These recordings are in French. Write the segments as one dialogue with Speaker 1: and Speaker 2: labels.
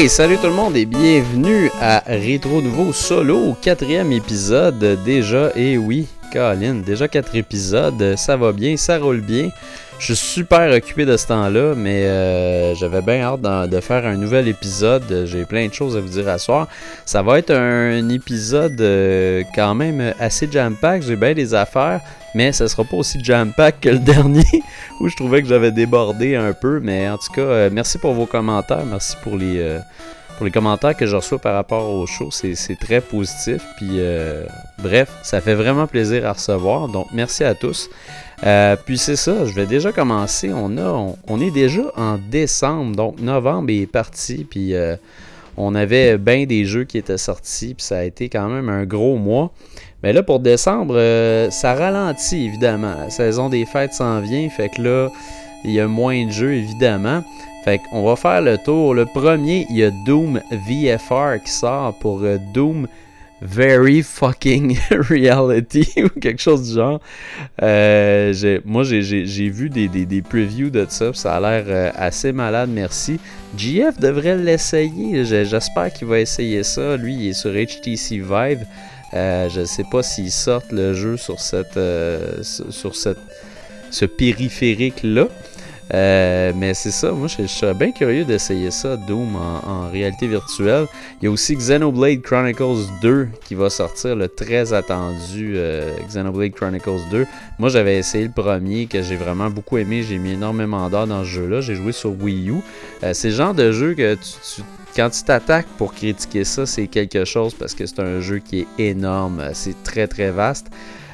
Speaker 1: Hey, salut tout le monde et bienvenue à Rétro Nouveau Solo, 4e épisode déjà. Et oui, Colin, déjà 4 épisodes, ça va bien, ça roule bien. Je suis super occupé de ce temps-là, mais j'avais bien hâte de faire un nouvel épisode. J'ai plein de choses à vous dire à soir. Ça va être un épisode quand même assez jam-pack. J'ai bien des affaires, mais ça sera pas aussi jam-pack que le dernier où je trouvais que j'avais débordé un peu. Mais en tout cas, merci pour vos commentaires. Merci pour les commentaires que je reçois par rapport au show. C'est très positif. Puis bref, ça fait vraiment plaisir à recevoir. Donc merci à tous. Puis c'est ça, je vais déjà commencer. On est déjà en décembre, donc novembre est parti. Puis on avait bien des jeux qui étaient sortis. Puis ça a été quand même un gros mois. Mais là pour décembre, ça ralentit évidemment. La saison des fêtes s'en vient. Fait que là, il y a moins de jeux évidemment. Fait qu'on va faire le tour. Le premier, il y a Doom VFR qui sort pour Doom Very Fucking Reality ou quelque chose du genre. J'ai vu des previews de ça, ça a l'air assez malade, merci. GF devrait l'essayer, j'espère qu'il va essayer ça. Lui, il est sur HTC Vive. Je sais pas s'il sort le jeu sur ce périphérique-là. Mais c'est ça, moi je serais bien curieux d'essayer ça, Doom en réalité virtuelle. Il y a aussi Xenoblade Chronicles 2 qui va sortir, le très attendu Xenoblade Chronicles 2. Moi j'avais essayé le premier que j'ai vraiment beaucoup aimé, j'ai mis énormément d'heures dans ce jeu-là, j'ai joué sur Wii U. C'est le genre de jeu que quand tu t'attaques pour critiquer ça, c'est quelque chose parce que c'est un jeu qui est énorme, c'est très très vaste.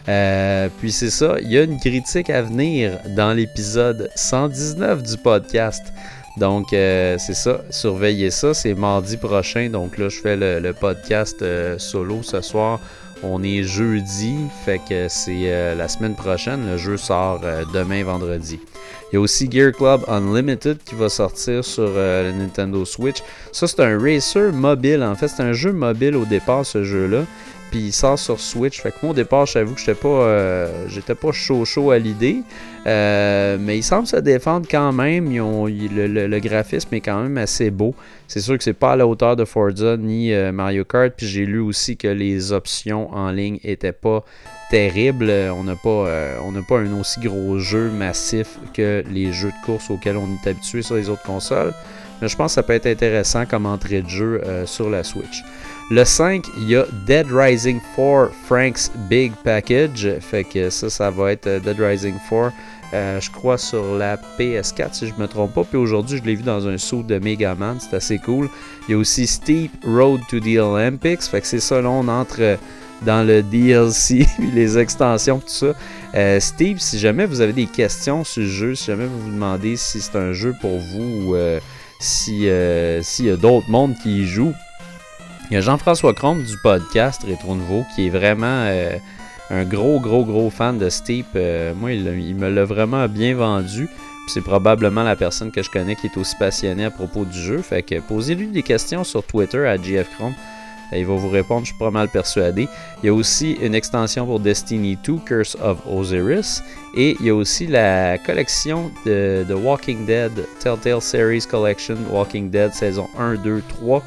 Speaker 1: Puis c'est ça, il y a une critique à venir dans l'épisode 119 du podcast. Donc c'est ça, surveillez ça, c'est mardi prochain. Donc là je fais le podcast solo ce soir. On est jeudi, fait que c'est la semaine prochaine. Le jeu sort demain vendredi. Il y a aussi Gear Club Unlimited qui va sortir sur le Nintendo Switch. Ça c'est un racer mobile, en fait c'est un jeu mobile au départ ce jeu-là. Puis il sort sur Switch. Fait que moi au départ j'avoue que j'étais pas chaud à l'idée. Mais il semble se défendre quand même. Le graphisme est quand même assez beau. C'est sûr que c'est pas à la hauteur de Forza ni Mario Kart. Puis j'ai lu aussi que les options en ligne étaient pas terribles. On n'a pas un aussi gros jeu massif que les jeux de course auxquels on est habitué sur les autres consoles. Mais je pense que ça peut être intéressant comme entrée de jeu sur la Switch. Le 5, il y a Dead Rising 4 Frank's Big Package. Fait que ça va être Dead Rising 4, je crois sur la PS4 si je me trompe pas. Puis aujourd'hui, je l'ai vu dans un saut de Megaman, c'est assez cool. Il y a aussi Steep Road to the Olympics. Fait que c'est ça, là, on entre dans le DLC, les extensions, tout ça. Steve, si jamais vous avez des questions sur le jeu, si jamais vous vous demandez si c'est un jeu pour vous ou s'il y a d'autres mondes qui y jouent, il y a Jean-François Crombe du podcast Rétro Nouveau qui est vraiment un gros fan de Steep. Moi, il me l'a vraiment bien vendu. Puis c'est probablement la personne que je connais qui est aussi passionnée à propos du jeu. Fait que posez-lui des questions sur Twitter à GFChrome. Il va vous répondre, je suis pas mal persuadé. Il y a aussi une extension pour Destiny 2, Curse of Osiris. Et il y a aussi la collection de Walking Dead, Telltale Series Collection, Walking Dead saison 1, 2, 3.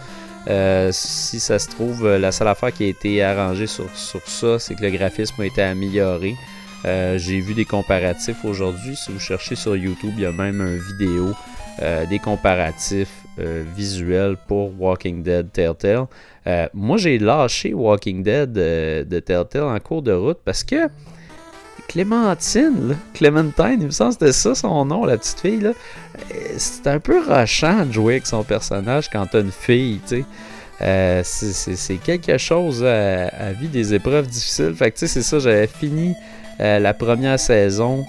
Speaker 1: Si ça se trouve, la seule affaire qui a été arrangée sur ça, c'est que le graphisme a été amélioré. J'ai vu des comparatifs aujourd'hui. Si vous cherchez sur YouTube, il y a même une vidéo des comparatifs visuels pour Walking Dead Telltale. Moi, j'ai lâché Walking Dead de Telltale en cours de route parce que Clémentine, il me semble que c'était ça son nom, la petite fille, là. C'est un peu rushant de jouer avec son personnage quand t'as une fille, tu sais. C'est quelque chose à vivre des épreuves difficiles. Fait que tu sais, c'est ça, j'avais fini la première saison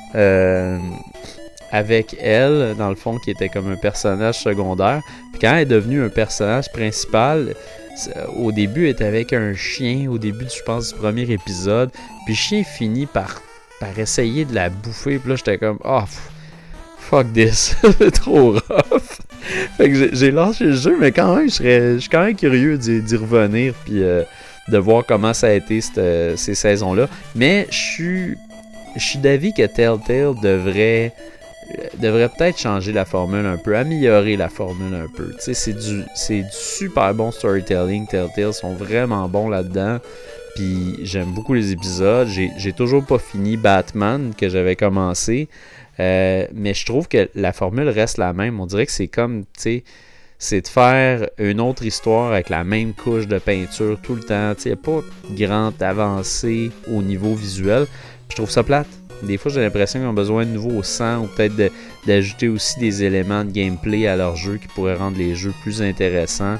Speaker 1: avec elle, dans le fond, qui était comme un personnage secondaire. Puis quand elle est devenue un personnage principal, au début, elle était avec un chien, au début, je pense, du premier épisode. Puis le chien finit par essayer de la bouffer. Puis là, j'étais comme, fuck this, c'est trop rough. Fait que j'ai lâché le jeu, mais quand même, je suis quand même curieux d'y revenir, puis de voir comment ça a été ces saisons-là. Mais je suis d'avis que Telltale devrait devrait peut-être changer la formule un peu, améliorer la formule un peu. Tu sais, c'est du super bon storytelling. Telltale sont vraiment bons là-dedans. Puis j'aime beaucoup les épisodes. J'ai toujours pas fini Batman que j'avais commencé. Mais je trouve que la formule reste la même. On dirait que c'est comme, tu sais, c'est de faire une autre histoire avec la même couche de peinture tout le temps. Tu sais, il n'y a pas de grande avancée au niveau visuel. Je trouve ça plate. Des fois, j'ai l'impression qu'ils ont besoin de nouveaux sang ou peut-être d'ajouter aussi des éléments de gameplay à leur jeu qui pourraient rendre les jeux plus intéressants.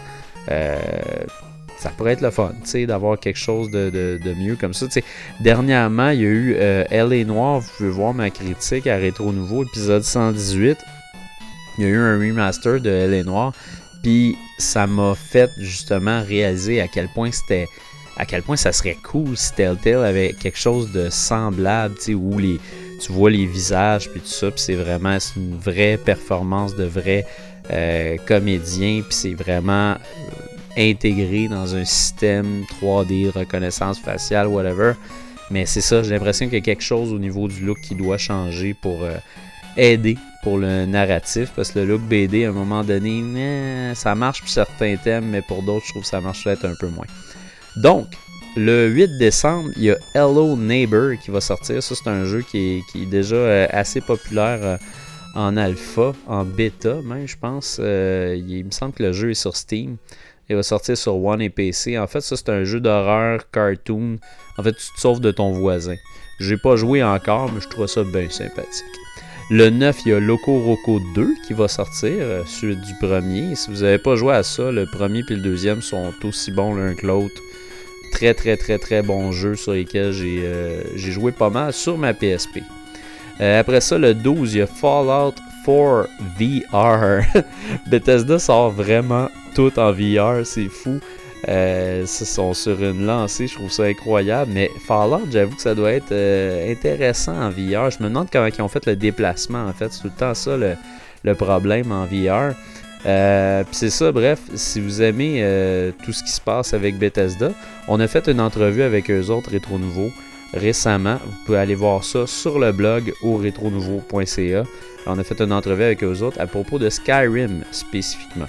Speaker 1: Ça pourrait être le fun, tu sais, d'avoir quelque chose de mieux comme ça. Tu sais, dernièrement, il y a eu L.A. Noire, vous pouvez voir ma critique à Rétro Nouveau, épisode 118. Il y a eu un remaster de L.A. Noire, puis ça m'a fait justement réaliser à quel point ça serait cool si Telltale avait quelque chose de semblable, tu sais, où tu vois les visages, puis tout ça, puis c'est une vraie performance de vrais comédiens, puis c'est vraiment intégré dans un système 3D, reconnaissance faciale, whatever. Mais c'est ça, j'ai l'impression qu'il y a quelque chose au niveau du look qui doit changer pour aider pour le narratif, parce que le look BD, à un moment donné, ça marche pour certains thèmes, mais pour d'autres, je trouve que ça marche peut-être un peu moins. Donc, le 8 décembre, il y a Hello Neighbor qui va sortir. Ça, c'est un jeu qui est déjà assez populaire en alpha, en bêta même, je pense. Il me semble que le jeu est sur Steam. Il va sortir sur One et PC. En fait, ça, c'est un jeu d'horreur cartoon. En fait, tu te sauves de ton voisin. J'ai pas joué encore, mais je trouve ça bien sympathique. Le 9, il y a Loco Roco 2 qui va sortir, suite du premier. Si vous n'avez pas joué à ça, le premier et le deuxième sont aussi bons l'un que l'autre. Très, très, très, très bons jeux sur lesquels j'ai joué pas mal sur ma PSP. Après ça, le 12, il y a Fallout 4 VR. Bethesda sort vraiment tout en VR, c'est fou. Ils sont sur une lancée, je trouve ça incroyable. Mais Fallout, j'avoue que ça doit être intéressant en VR. Je me demande comment ils ont fait le déplacement, en fait. C'est tout le temps ça le problème en VR. Puis c'est ça, bref, si vous aimez tout ce qui se passe avec Bethesda, on a fait une entrevue avec eux autres, Rétro Nouveau, récemment. Vous pouvez aller voir ça sur le blog au retronouveau.ca. On a fait une entrevue avec eux autres à propos de Skyrim spécifiquement.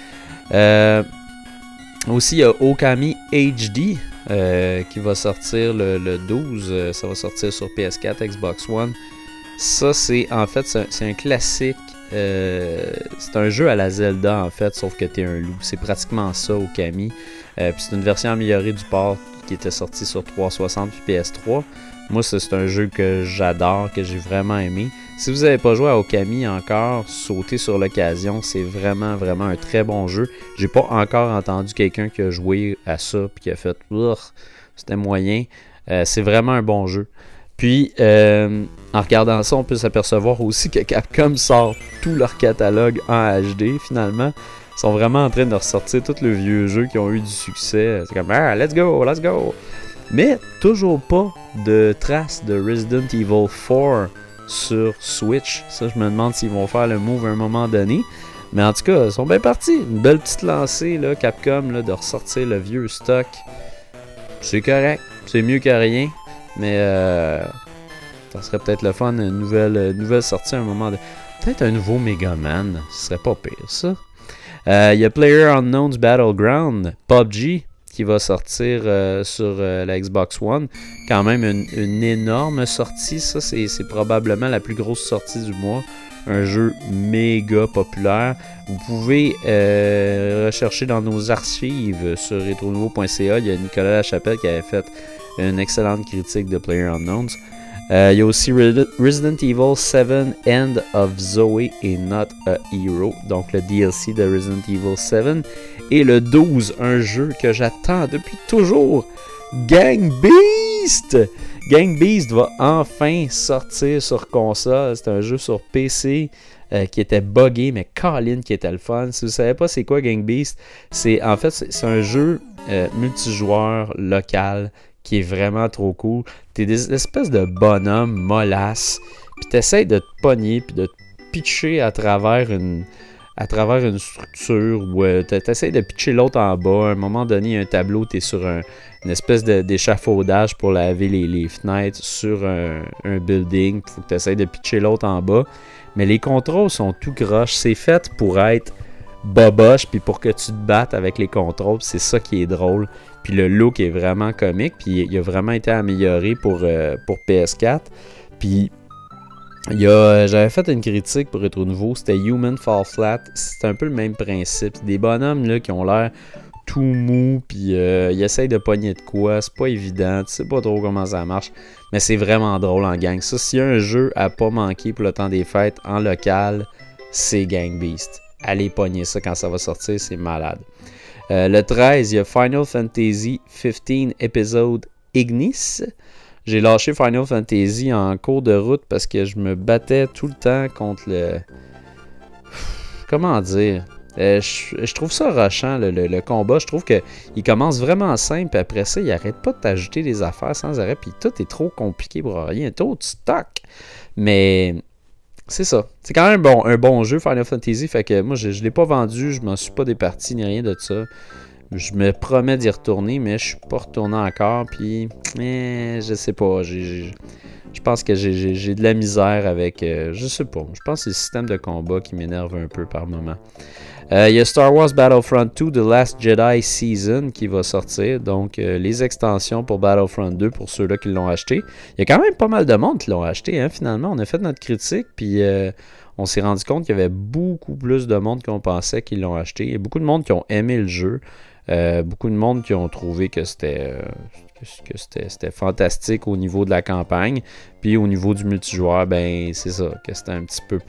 Speaker 1: Aussi, il y a Okami HD qui va sortir le 12. Ça va sortir sur PS4, Xbox One. Ça, c'est un classique. C'est un jeu à la Zelda, en fait, sauf que t'es un loup. C'est pratiquement ça, Okami. Puis c'est une version améliorée du port qui était sorti sur 360 puis PS3. Moi, c'est un jeu que j'adore, que j'ai vraiment aimé. Si vous n'avez pas joué à Okami encore, sautez sur l'occasion. C'est vraiment, vraiment un très bon jeu. J'ai pas encore entendu quelqu'un qui a joué à ça et qui a fait « c'était moyen ». C'est vraiment un bon jeu. Puis, en regardant ça, on peut s'apercevoir aussi que Capcom sort tout leur catalogue en HD, finalement. Ils sont vraiment en train de ressortir tous les vieux jeux qui ont eu du succès. C'est comme « Ah, let's go, let's go ». Mais toujours pas de traces de Resident Evil 4 sur Switch. Ça, je me demande s'ils vont faire le move à un moment donné. Mais en tout cas, ils sont bien partis. Une belle petite lancée, là, Capcom, là, de ressortir le vieux stock. C'est correct. C'est mieux que rien. Mais ça serait peut-être le fun, une nouvelle sortie à un moment donné. Peut-être un nouveau Mega Man. Ce serait pas pire, ça. Il y a PlayerUnknown's Battleground, PUBG, qui va sortir sur la Xbox One. Quand même une énorme sortie, ça c'est probablement la plus grosse sortie du mois. Un jeu méga populaire. Vous pouvez rechercher dans nos archives sur retronouveau.ca. Il y a Nicolas Lachapelle qui avait fait une excellente critique de PlayerUnknown's. Il y a aussi Resident Evil 7 End of Zoe et Not a Hero, donc le DLC de Resident Evil 7. Et le 12, un jeu que j'attends depuis toujours, Gang Beast! Gang Beast va enfin sortir sur console. C'est un jeu sur PC qui était buggé, mais Colin qui était le fun. Si vous ne savez pas c'est quoi Gang Beast, c'est un jeu multijoueur local qui est vraiment trop cool. T'es des espèces de bonhommes mollasses, puis t'essayes de te pogner, puis de te pitcher à travers à travers une structure où tu essaies de pitcher l'autre en bas. À un moment donné, il y a un tableau, tu es sur une espèce d'échafaudage pour laver les fenêtres sur un building. Il faut que tu essaies de pitcher l'autre en bas. Mais les contrôles sont tout croche. C'est fait pour être boboche, puis pour que tu te battes avec les contrôles. C'est ça qui est drôle. Puis le look est vraiment comique, puis il a vraiment été amélioré pour PS4. Puis j'avais fait une critique pour Retro Nouveau, c'était Human Fall Flat. C'est un peu le même principe. C'est des bonhommes là, qui ont l'air tout mou, puis ils essayent de pogner de quoi. C'est pas évident, tu sais pas trop comment ça marche. Mais c'est vraiment drôle en gang. Ça, s'il y a un jeu à pas manquer pour le temps des fêtes en local, c'est Gang Beast. Allez pogner ça quand ça va sortir, c'est malade. Le 13, il y a Final Fantasy 15 Episode Ignis. J'ai lâché Final Fantasy en cours de route parce que je me battais tout le temps contre le... Comment dire? Je trouve ça rushant, le combat. Je trouve qu'il commence vraiment simple, puis après ça, il arrête pas de t'ajouter des affaires sans arrêt, puis tout est trop compliqué pour rien. Trop de stock. Mais c'est ça. C'est quand même un bon jeu, Final Fantasy, fait que moi, je l'ai pas vendu, je m'en suis pas départi, ni rien de ça. Je me promets d'y retourner, mais je suis pas retourné encore, puis je sais pas, je pense que j'ai de la misère avec, je sais pas, je pense que c'est le système de combat qui m'énerve un peu par moment. Il y a Star Wars Battlefront 2 The Last Jedi Season qui va sortir, donc les extensions pour Battlefront 2 pour ceux-là qui l'ont acheté. Il y a quand même pas mal de monde qui l'ont acheté, hein, finalement, on a fait notre critique, puis... on s'est rendu compte qu'il y avait beaucoup plus de monde qu'on pensait qui l'ont acheté. Il y a beaucoup de monde qui ont aimé le jeu. Beaucoup de monde qui ont trouvé que c'était fantastique au niveau de la campagne. Puis au niveau du multijoueur, ben c'est ça, que c'était un petit peu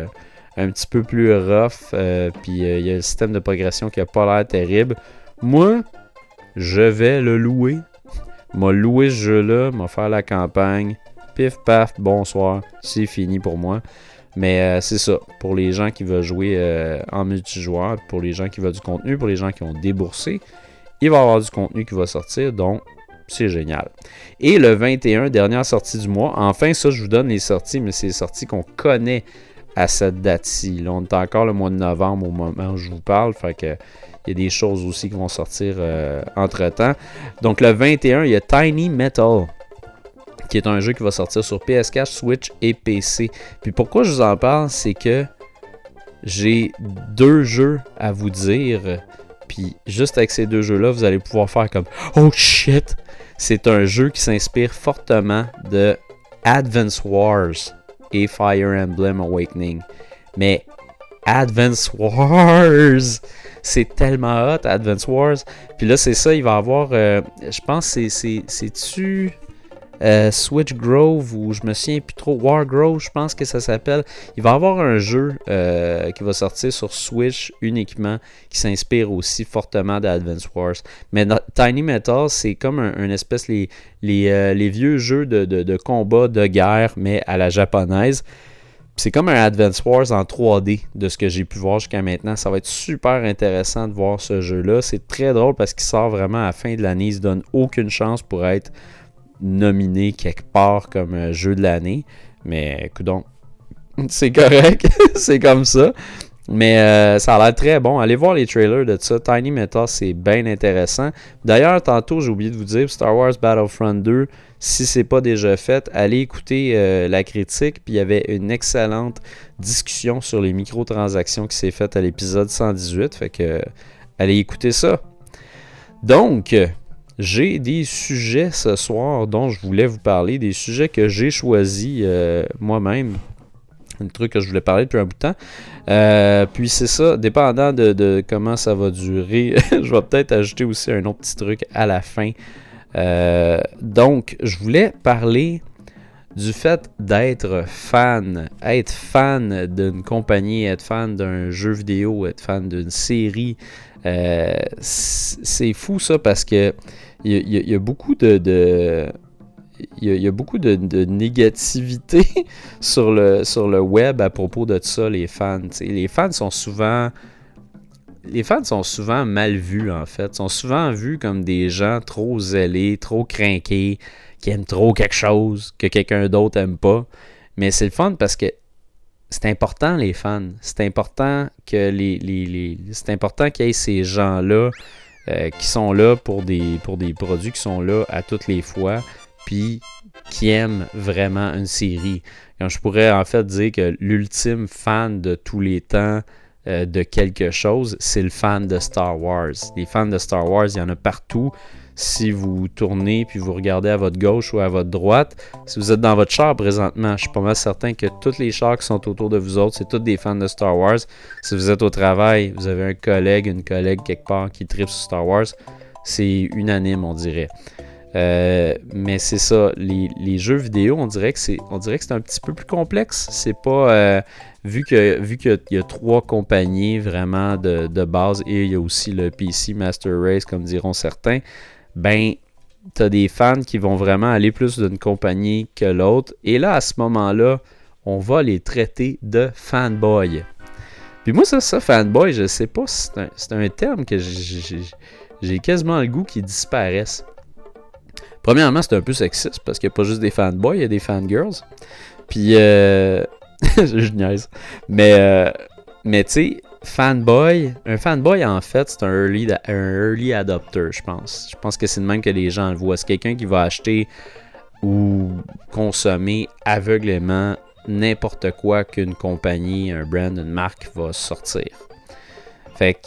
Speaker 1: plus rough. Puis il y a le système de progression qui a pas l'air terrible. Moi, je vais le louer. M'a loué ce jeu-là, m'a faire la campagne. Pif paf, bonsoir, c'est fini pour moi. Mais c'est ça, pour les gens qui veulent jouer en multijoueur, pour les gens qui veulent du contenu, pour les gens qui ont déboursé, il va y avoir du contenu qui va sortir, donc c'est génial. Et le 21, dernière sortie du mois, enfin ça je vous donne les sorties, mais c'est les sorties qu'on connaît à cette date-ci. Là, on est encore le mois de novembre au moment où je vous parle, fait que il y a des choses aussi qui vont sortir entre-temps. Donc le 21, il y a Tiny Metal, qui est un jeu qui va sortir sur PS4, Switch et PC. Puis pourquoi je vous en parle, c'est que j'ai 2 jeux à vous dire. Puis juste avec ces 2 jeux-là, vous allez pouvoir faire comme « Oh shit! » C'est un jeu qui s'inspire fortement de Advance Wars et Fire Emblem Awakening. Mais Advance Wars! C'est tellement hot, Advance Wars. Puis là, c'est ça, il va y avoir... je pense que c'est-tu... Switch Grove, ou je me souviens plus trop, Wargrove je pense que ça s'appelle. Il va y avoir un jeu qui va sortir sur Switch uniquement, qui s'inspire aussi fortement d'Advance Wars. Mais Tiny Metal, c'est comme un espèce les vieux jeux de combat, de guerre, mais à la japonaise. C'est comme un Advance Wars en 3D de ce que j'ai pu voir jusqu'à maintenant. Ça va être super intéressant de voir ce jeu-là. C'est très drôle parce qu'il sort vraiment à la fin de l'année. Il se donne aucune chance pour être nominé quelque part comme jeu de l'année, mais coudonc, c'est correct, c'est comme ça, mais ça a l'air très bon. Allez voir les trailers de ça. Tiny Metal, c'est bien intéressant. D'ailleurs, tantôt j'ai oublié de vous dire, Star Wars Battlefront 2, si c'est pas déjà fait, allez écouter la critique, puis il y avait une excellente discussion sur les microtransactions qui s'est faite à l'épisode 118, fait que allez écouter ça. Donc j'ai des sujets ce soir dont je voulais vous parler, des sujets que j'ai choisis moi-même, un truc que je voulais parler depuis un bout de temps. Puis c'est ça, dépendant de comment ça va durer, je vais peut-être ajouter aussi un autre petit truc à la fin. Donc, je voulais parler du fait d'être fan d'une compagnie, être fan d'un jeu vidéo, être fan d'une série. C'est fou ça parce que il y a beaucoup il y a beaucoup de négativité sur le web à propos de ça, les fans. T'sais, les fans sont souvent mal vus, en fait. Ils sont souvent vus comme des gens trop zélés, trop crinqués, qui aiment trop quelque chose que quelqu'un d'autre aime pas. Mais c'est le fun parce que c'est important les fans. C'est important que c'est important qu'il y ait ces gens-là qui sont là pour des produits qui sont là à toutes les fois, puis qui aiment vraiment une série. Quand je pourrais en fait dire que l'ultime fan de tous les temps de quelque chose, c'est le fan de Star Wars. Les fans de Star Wars, il y en a partout. Si vous tournez puis vous regardez à votre gauche ou à votre droite, si vous êtes dans votre char présentement, je suis pas mal certain que tous les chars qui sont autour de vous autres, c'est tous des fans de Star Wars. Si vous êtes au travail, vous avez un collègue, une collègue quelque part qui tripe sur Star Wars, c'est unanime, on dirait. Mais c'est ça, les jeux vidéo, on dirait que c'est un petit peu plus complexe. C'est pas vu qu'il y a 3 compagnies vraiment de base et il y a aussi le PC Master Race, comme diront certains. Ben, t'as des fans qui vont vraiment aller plus d'une compagnie que l'autre. Et là, à ce moment-là, on va les traiter de fanboy. Puis moi, ça fanboy, je sais pas, c'est un terme que j'ai quasiment le goût qu'il disparaisse. Premièrement, c'est un peu sexiste parce qu'il n'y a pas juste des fanboys, il y a des fangirls. Puis, je niaise. Mais tu sais, un fanboy, en fait, c'est un early adopter, je pense. Je pense que c'est de même que les gens le voient. C'est quelqu'un qui va acheter ou consommer aveuglément n'importe quoi qu'une compagnie, un brand, une marque va sortir. Fait que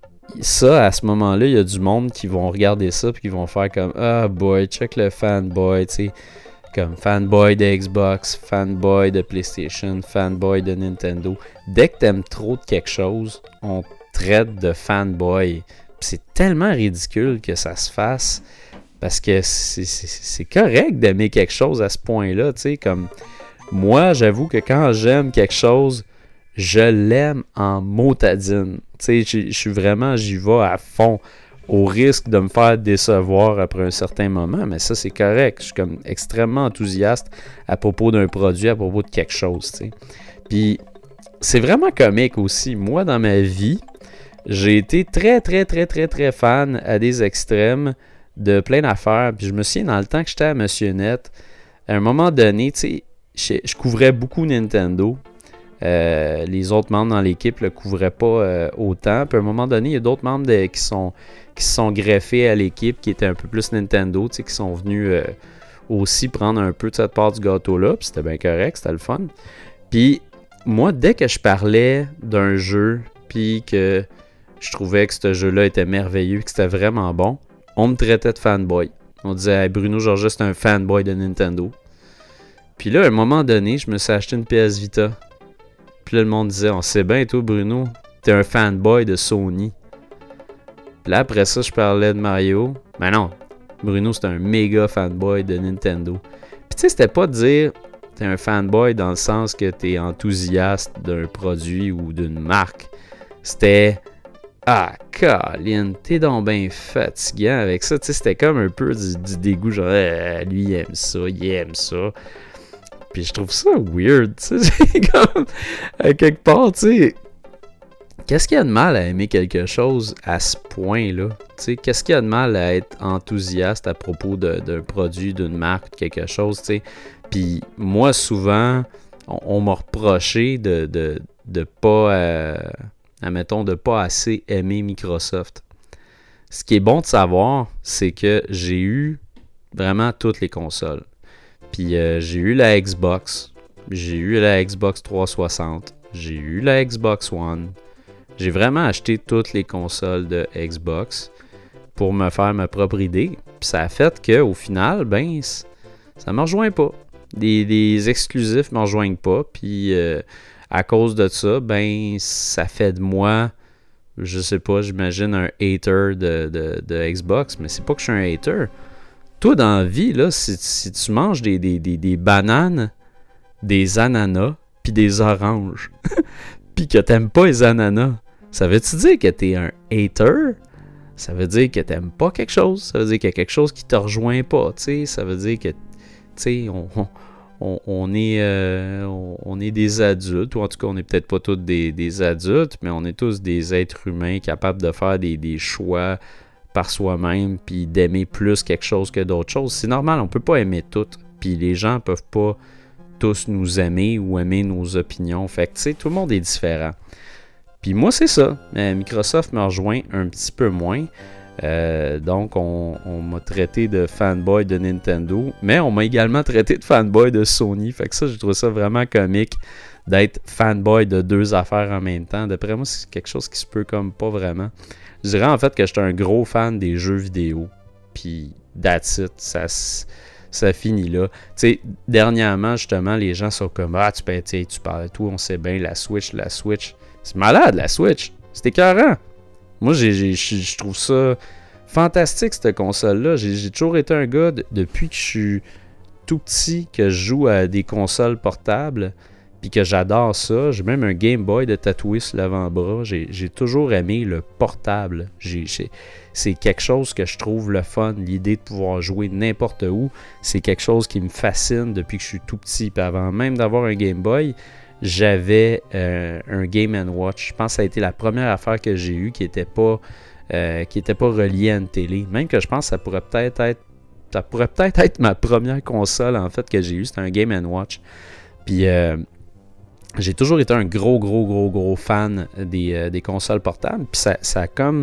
Speaker 1: ça, à ce moment-là, il y a du monde qui vont regarder ça puis qui vont faire comme « Ah boy, check le fanboy », tu sais. Comme fanboy de Xbox, fanboy de PlayStation, fanboy de Nintendo. Dès que t'aimes trop de quelque chose, on te traite de fanboy. C'est tellement ridicule que ça se fasse parce que c'est correct d'aimer quelque chose à ce point-là. Tu sais, comme moi, j'avoue que quand j'aime quelque chose, je l'aime en motadine. Tu sais, j'y vais à fond. Au risque de me faire décevoir après un certain moment, mais ça, c'est correct. Je suis comme extrêmement enthousiaste à propos d'un produit, à propos de quelque chose, tu sais. Puis, c'est vraiment comique aussi. Moi, dans ma vie, j'ai été très, très, très, très, très fan à des extrêmes de plein d'affaires. Puis, je me souviens, dans le temps que j'étais à Monsieur Net, à un moment donné, tu sais, je couvrais beaucoup Nintendo. Les autres membres dans l'équipe ne le couvraient pas autant. Puis à un moment donné, il y a d'autres membres qui se sont greffés à l'équipe qui étaient un peu plus Nintendo, qui sont venus aussi prendre un peu de cette part du gâteau-là. Puis c'était bien correct, c'était le fun. Puis moi, dès que je parlais d'un jeu, puis que je trouvais que ce jeu-là était merveilleux, que c'était vraiment bon, on me traitait de fanboy. On disait hey, Bruno Georges, c'est un fanboy de Nintendo. Puis là, à un moment donné, je me suis acheté une PS Vita. Puis là, le monde disait, on sait bien, toi, Bruno, t'es un fanboy de Sony. Puis là, après ça, je parlais de Mario. Mais non, Bruno, c'est un méga fanboy de Nintendo. Puis tu sais, c'était pas de dire, t'es un fanboy dans le sens que t'es enthousiaste d'un produit ou d'une marque. C'était, ah, Colin, t'es donc bien fatigant avec ça. Tu sais, c'était comme un peu du dégoût, genre, lui, il aime ça, il aime ça. Puis je trouve ça weird, tu sais, c'est comme, à quelque part, tu sais, qu'est-ce qu'il y a de mal à aimer quelque chose à ce point-là? Tu sais, qu'est-ce qu'il y a de mal à être enthousiaste à propos d'un produit, d'une marque, de quelque chose, tu sais? Puis moi, souvent, on m'a reproché de pas, admettons, de pas assez aimer Microsoft. Ce qui est bon de savoir, c'est que j'ai eu vraiment toutes les consoles. Puis j'ai eu la Xbox, j'ai eu la Xbox 360, j'ai eu la Xbox One. J'ai vraiment acheté toutes les consoles de Xbox pour me faire ma propre idée. Puis ça a fait qu'au final, ben, ça me rejoint pas. Des exclusifs me rejoignent pas. Puis à cause de ça, ben, ça fait de moi, je sais pas, j'imagine un hater de Xbox. Mais c'est pas que je suis un hater. Toi, dans la vie, là, si tu manges des bananes, des ananas, puis des oranges, puis que t'aimes pas les ananas, ça veut-tu dire que t'es un hater? Ça veut dire que t'aimes pas quelque chose? Ça veut dire qu'il y a quelque chose qui te rejoint pas, tu sais? Ça veut dire que, tu sais, on est des adultes, ou en tout cas, on n'est peut-être pas tous des adultes, mais on est tous des êtres humains capables de faire des choix par soi-même, puis d'aimer plus quelque chose que d'autres choses. C'est normal, on peut pas aimer tout, puis les gens peuvent pas tous nous aimer ou aimer nos opinions. Fait que, tu sais, tout le monde est différent. Puis moi, c'est ça. Microsoft me rejoint un petit peu moins. Donc, on m'a traité de fanboy de Nintendo, mais on m'a également traité de fanboy de Sony. Fait que ça, j'ai trouvé ça vraiment comique d'être fanboy de deux affaires en même temps. D'après moi, c'est quelque chose qui se peut comme pas vraiment. Je dirais en fait que j'étais un gros fan des jeux vidéo. Puis, that's it. Ça finit là. Tu sais, dernièrement, justement, les gens sont comme « Ah, tu parles tout, on sait bien, la Switch. » C'est malade, la Switch. C'est écœurant. Moi, je trouve ça fantastique, cette console-là. J'ai toujours été un gars, depuis que je suis tout petit, que je joue à des consoles portables, puis que j'adore ça. J'ai même un Game Boy de tatoué sur l'avant-bras. J'ai toujours aimé le portable. C'est quelque chose que je trouve le fun, l'idée de pouvoir jouer n'importe où. C'est quelque chose qui me fascine depuis que je suis tout petit. Puis avant même d'avoir un Game Boy, j'avais un Game & Watch. Je pense que ça a été la première affaire que j'ai eue qui n'était pas reliée à une télé. Même que je pense que ça pourrait peut-être être ma première console en fait que j'ai eue. C'était un Game & Watch. Puis j'ai toujours été un gros fan des consoles portables. Puis ça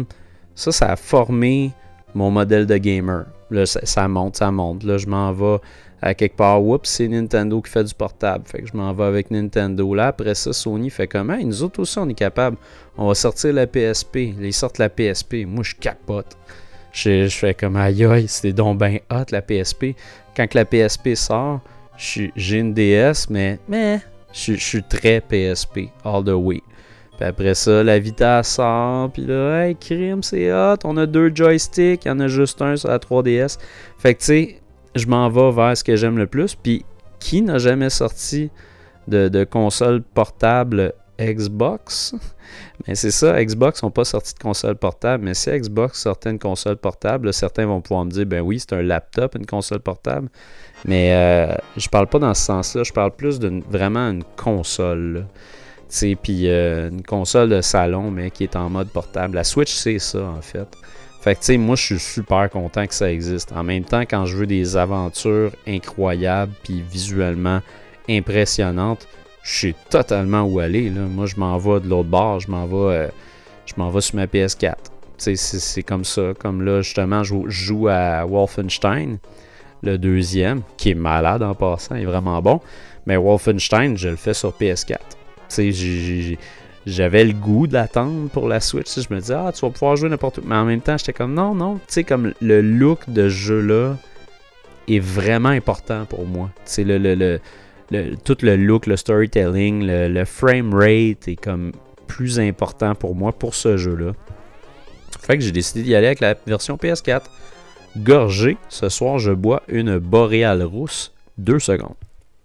Speaker 1: a formé mon modèle de gamer. Là, ça monte. Là, je m'en vais à quelque part. Oups, c'est Nintendo qui fait du portable. Fait que je m'en vais avec Nintendo. Là, après ça, Sony fait comment? Nous autres aussi, on est capable. On va sortir la PSP. Ils sortent la PSP. Moi, je capote. Je fais comme aïe, c'était donc ben hot la PSP. Quand que la PSP sort, j'ai une DS, mais je suis très PSP, all the way. Puis après ça, la Vita sort, puis là, hey, crime, c'est hot, on a 2 joysticks, il y en a juste un sur la 3DS. Fait que tu sais, je m'en vais vers ce que j'aime le plus. Puis qui n'a jamais sorti de console portable Xbox? Mais c'est ça, Xbox n'ont pas sorti de console portable, mais si Xbox sortait une console portable, là, certains vont pouvoir me dire, ben oui, c'est un laptop, une console portable. Mais je parle pas dans ce sens-là, je parle plus vraiment une console. Puis une console de salon, mais qui est en mode portable. La Switch, c'est ça, en fait. Fait que, tu sais, moi, je suis super content que ça existe. En même temps, quand je veux des aventures incroyables, puis visuellement impressionnantes, je sais totalement où aller. Là. Moi, je m'en vais de l'autre bord, je m'en vais sur ma PS4. Tu sais, c'est comme ça. Comme là, justement, je joue à Wolfenstein, le deuxième, qui est malade en passant, il est vraiment bon. Mais Wolfenstein, je le fais sur PS4. Tu sais, j'avais le goût d'attendre pour la Switch. Je me disais, tu vas pouvoir jouer n'importe où. Mais en même temps, j'étais comme, non. Tu sais, comme le look de jeu-là est vraiment important pour moi. Tu sais, tout le look, le storytelling, le frame rate est comme plus important pour moi pour ce jeu-là. Fait que j'ai décidé d'y aller avec la version PS4. Gorgé, ce soir, je bois une Boréale rousse. 2 secondes.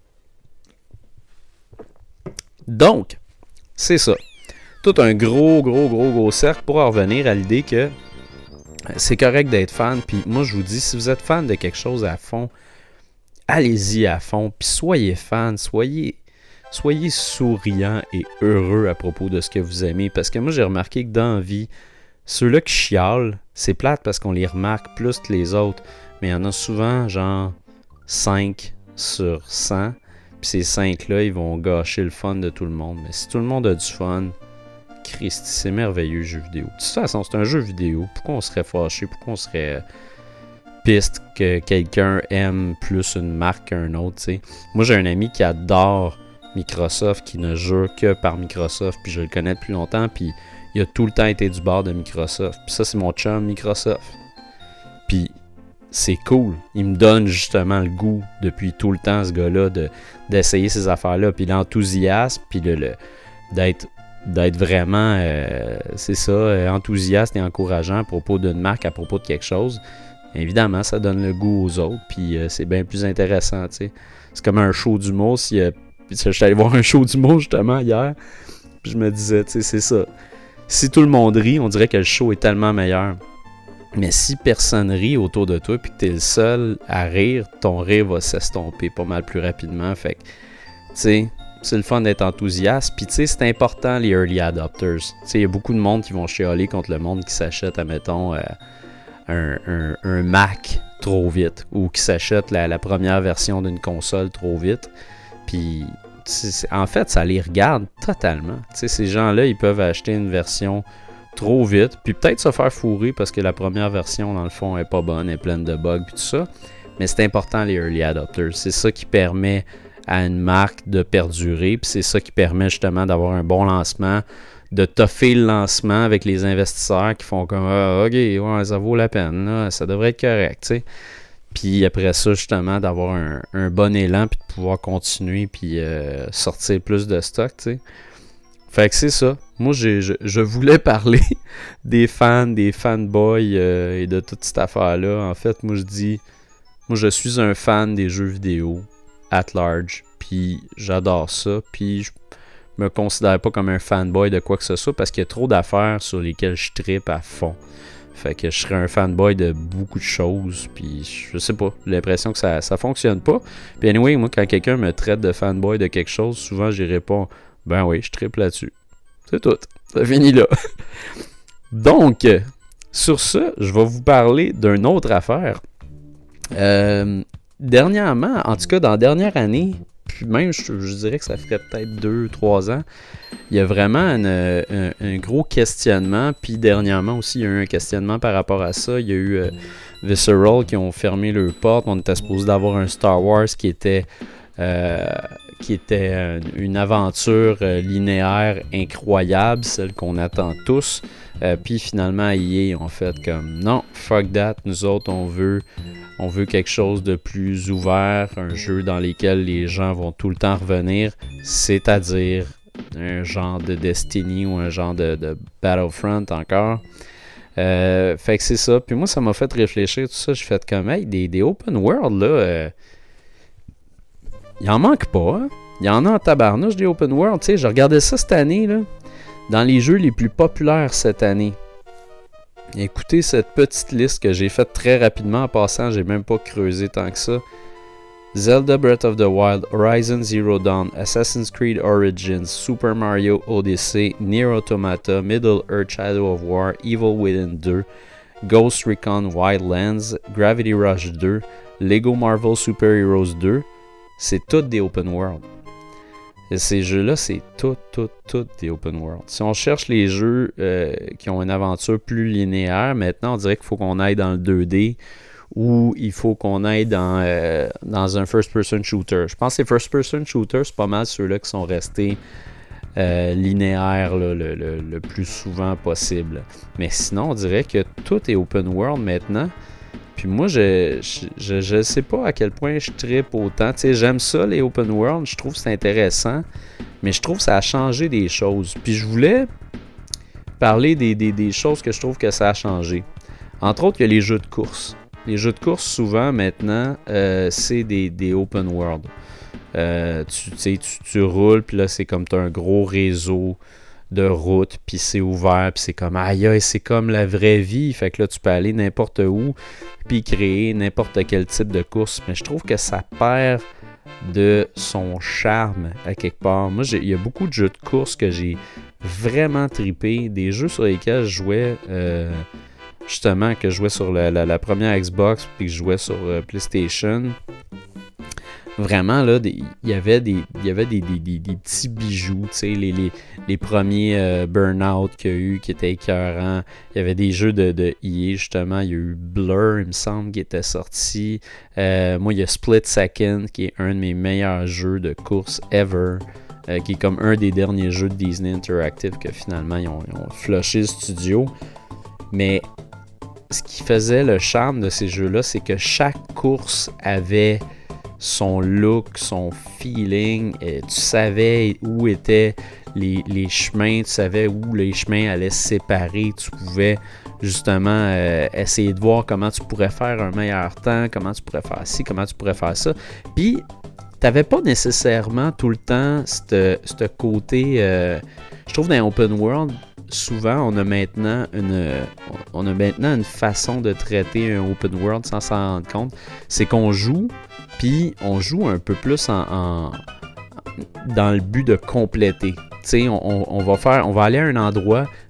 Speaker 1: Donc, c'est ça. Tout un gros cercle pour en revenir à l'idée que c'est correct d'être fan. Puis moi, je vous dis, si vous êtes fan de quelque chose à fond, allez-y à fond. Puis soyez fan, soyez souriant et heureux à propos de ce que vous aimez. Parce que moi, j'ai remarqué que dans la vie, ceux-là qui chialent, c'est plate parce qu'on les remarque plus que les autres. Mais il y en a souvent, genre 5 sur 100. Puis ces 5-là, ils vont gâcher le fun de tout le monde. Mais si tout le monde a du fun, Christ, c'est merveilleux, jeu vidéo. De toute façon, c'est un jeu vidéo. Pourquoi on serait fâché? Pourquoi on serait piste que quelqu'un aime plus une marque qu'un autre, t'sais? Moi, j'ai un ami qui adore Microsoft, qui ne jure que par Microsoft. Puis je le connais depuis longtemps. Puis il a tout le temps été du bord de Microsoft. Puis ça, c'est mon chum Microsoft. Puis c'est cool. Il me donne justement le goût depuis tout le temps, ce gars-là, d'essayer ces affaires-là. Puis l'enthousiasme, puis d'être vraiment, c'est ça, enthousiaste et encourageant à propos d'une marque, à propos de quelque chose. Évidemment, ça donne le goût aux autres, puis c'est bien plus intéressant, tu sais. C'est comme un show d'humour. Je suis allé voir un show d'humour justement hier, puis je me disais, tu sais, c'est ça. Si tout le monde rit, on dirait que le show est tellement meilleur. Mais si personne rit autour de toi puis que t'es le seul à rire, ton rire va s'estomper pas mal plus rapidement. Fait que, tu sais, c'est le fun d'être enthousiaste. Puis, tu sais, c'est important, les early adopters. Tu sais, il y a beaucoup de monde qui vont chialer contre le monde qui s'achète, admettons, un Mac trop vite ou qui s'achète la première version d'une console trop vite. Puis, en fait, ça les regarde totalement. Tu sais, ces gens-là, ils peuvent acheter une version trop vite, puis peut-être se faire fourrer parce que la première version, dans le fond, est pas bonne, est pleine de bugs, puis tout ça. Mais c'est important, les early adopters. C'est ça qui permet à une marque de perdurer, puis c'est ça qui permet justement d'avoir un bon lancement, de toffer le lancement avec les investisseurs qui font comme OK, ouais, ça vaut la peine, là, ça devrait être correct, tu sais. Puis après ça, justement, d'avoir un bon élan, puis de pouvoir continuer, puis sortir plus de stock, tu sais. Fait que c'est ça. Moi, je voulais parler des fans, des fanboys et de toute cette affaire-là. En fait, moi, je suis un fan des jeux vidéo at large. Puis j'adore ça. Puis je me considère pas comme un fanboy de quoi que ce soit parce qu'il y a trop d'affaires sur lesquelles je trippe à fond. Fait que je serais un fanboy de beaucoup de choses. Puis je sais pas, j'ai l'impression que ça fonctionne pas. Puis anyway, moi, quand quelqu'un me traite de fanboy de quelque chose, souvent j'y réponds ben oui, je trippe là-dessus. C'est tout. Ça finit là. Donc, sur ce, je vais vous parler d'une autre affaire. Dernièrement, en tout cas dans la dernière année, puis même je dirais que ça ferait peut-être 2-3 ans, il y a vraiment un gros questionnement. Puis dernièrement aussi, il y a eu un questionnement par rapport à ça. Il y a eu Visceral qui ont fermé leurs portes. On était supposé d'avoir un Star Wars qui était une aventure linéaire incroyable, celle qu'on attend tous. Puis finalement, EA ont fait comme non, fuck that, nous autres on veut quelque chose de plus ouvert, un jeu dans lequel les gens vont tout le temps revenir, c'est-à-dire un genre de Destiny ou un genre de Battlefront encore. Fait que c'est ça. Puis moi, ça m'a fait réfléchir tout ça. J'ai fait comme, hey, des open world, là, il en manque pas, hein? Il y en a en tabarnouche des open world. Tu sais, je regardais ça cette année, là, dans les jeux les plus populaires cette année. Écoutez cette petite liste que j'ai faite très rapidement en passant, j'ai même pas creusé tant que ça. Zelda Breath of the Wild, Horizon Zero Dawn, Assassin's Creed Origins, Super Mario Odyssey, Nier Automata, Middle-earth Shadow of War, Evil Within 2, Ghost Recon Wildlands, Gravity Rush 2, Lego Marvel Super Heroes 2. C'est toutes des open world. Et ces jeux-là, c'est toutes des open world. Si on cherche les jeux qui ont une aventure plus linéaire, maintenant, on dirait qu'il faut qu'on aille dans le 2D ou il faut qu'on aille dans un first-person shooter. Je pense que les first-person shooters, c'est pas mal ceux-là qui sont restés linéaires là, le plus souvent possible. Mais sinon, on dirait que tout est open world maintenant. Puis moi, je sais pas à quel point je trippe autant. Tu sais, j'aime ça, les open world. Je trouve que c'est intéressant. Mais je trouve que ça a changé des choses. Puis je voulais parler des choses que je trouve que ça a changé. Entre autres, il y a les jeux de course. Les jeux de course, souvent, maintenant, c'est des open world. Tu roules, puis là, c'est comme tu as un gros réseau de route, puis c'est ouvert, puis c'est comme aïe, c'est comme la vraie vie. Fait que là, tu peux aller n'importe où, puis créer n'importe quel type de course. Mais je trouve que ça perd de son charme à quelque part. Moi, il y a beaucoup de jeux de course que j'ai vraiment trippé, des jeux sur lesquels je jouais justement, que je jouais sur la première Xbox, puis que je jouais sur PlayStation. Vraiment, là, il y avait des petits bijoux, tu sais, les premiers Burnout qu'il y a eu, qui étaient écœurants. Il y avait des jeux de EA, justement. Il y a eu Blur, il me semble, qui était sorti. Moi, il y a Split Second, qui est un de mes meilleurs jeux de course ever, qui est comme un des derniers jeux de Disney Interactive que finalement, ils ont flushé le studio. Mais ce qui faisait le charme de ces jeux-là, c'est que chaque course avait son look, son feeling, tu savais où étaient les chemins, tu savais où les chemins allaient se séparer, tu pouvais justement essayer de voir comment tu pourrais faire un meilleur temps, comment tu pourrais faire ci, comment tu pourrais faire ça. Puis, tu n'avais pas nécessairement tout le temps ce côté, je trouve dans les open world, souvent on a maintenant une façon de traiter un open world sans s'en rendre compte, c'est qu'on joue, puis on joue un peu plus dans le but de compléter. Tu sais, on va aller à un endroit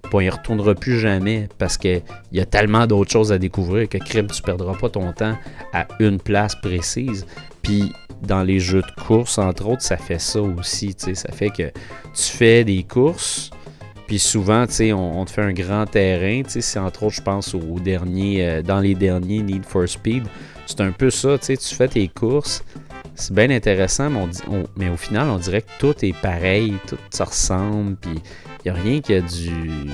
Speaker 1: on y retournera plus jamais parce qu'il y a tellement d'autres choses à découvrir que crime, tu perdras pas ton temps à une place précise. Puis dans les jeux de course, entre autres, ça fait ça aussi. Ça fait que tu fais des courses, puis souvent, on te fait un grand terrain. Si entre autres, je pense dans les derniers Need for Speed, c'est un peu ça. Tu fais tes courses, c'est bien intéressant, mais au final, on dirait que tout est pareil, tout se ressemble, puis il n'y a rien qui a du...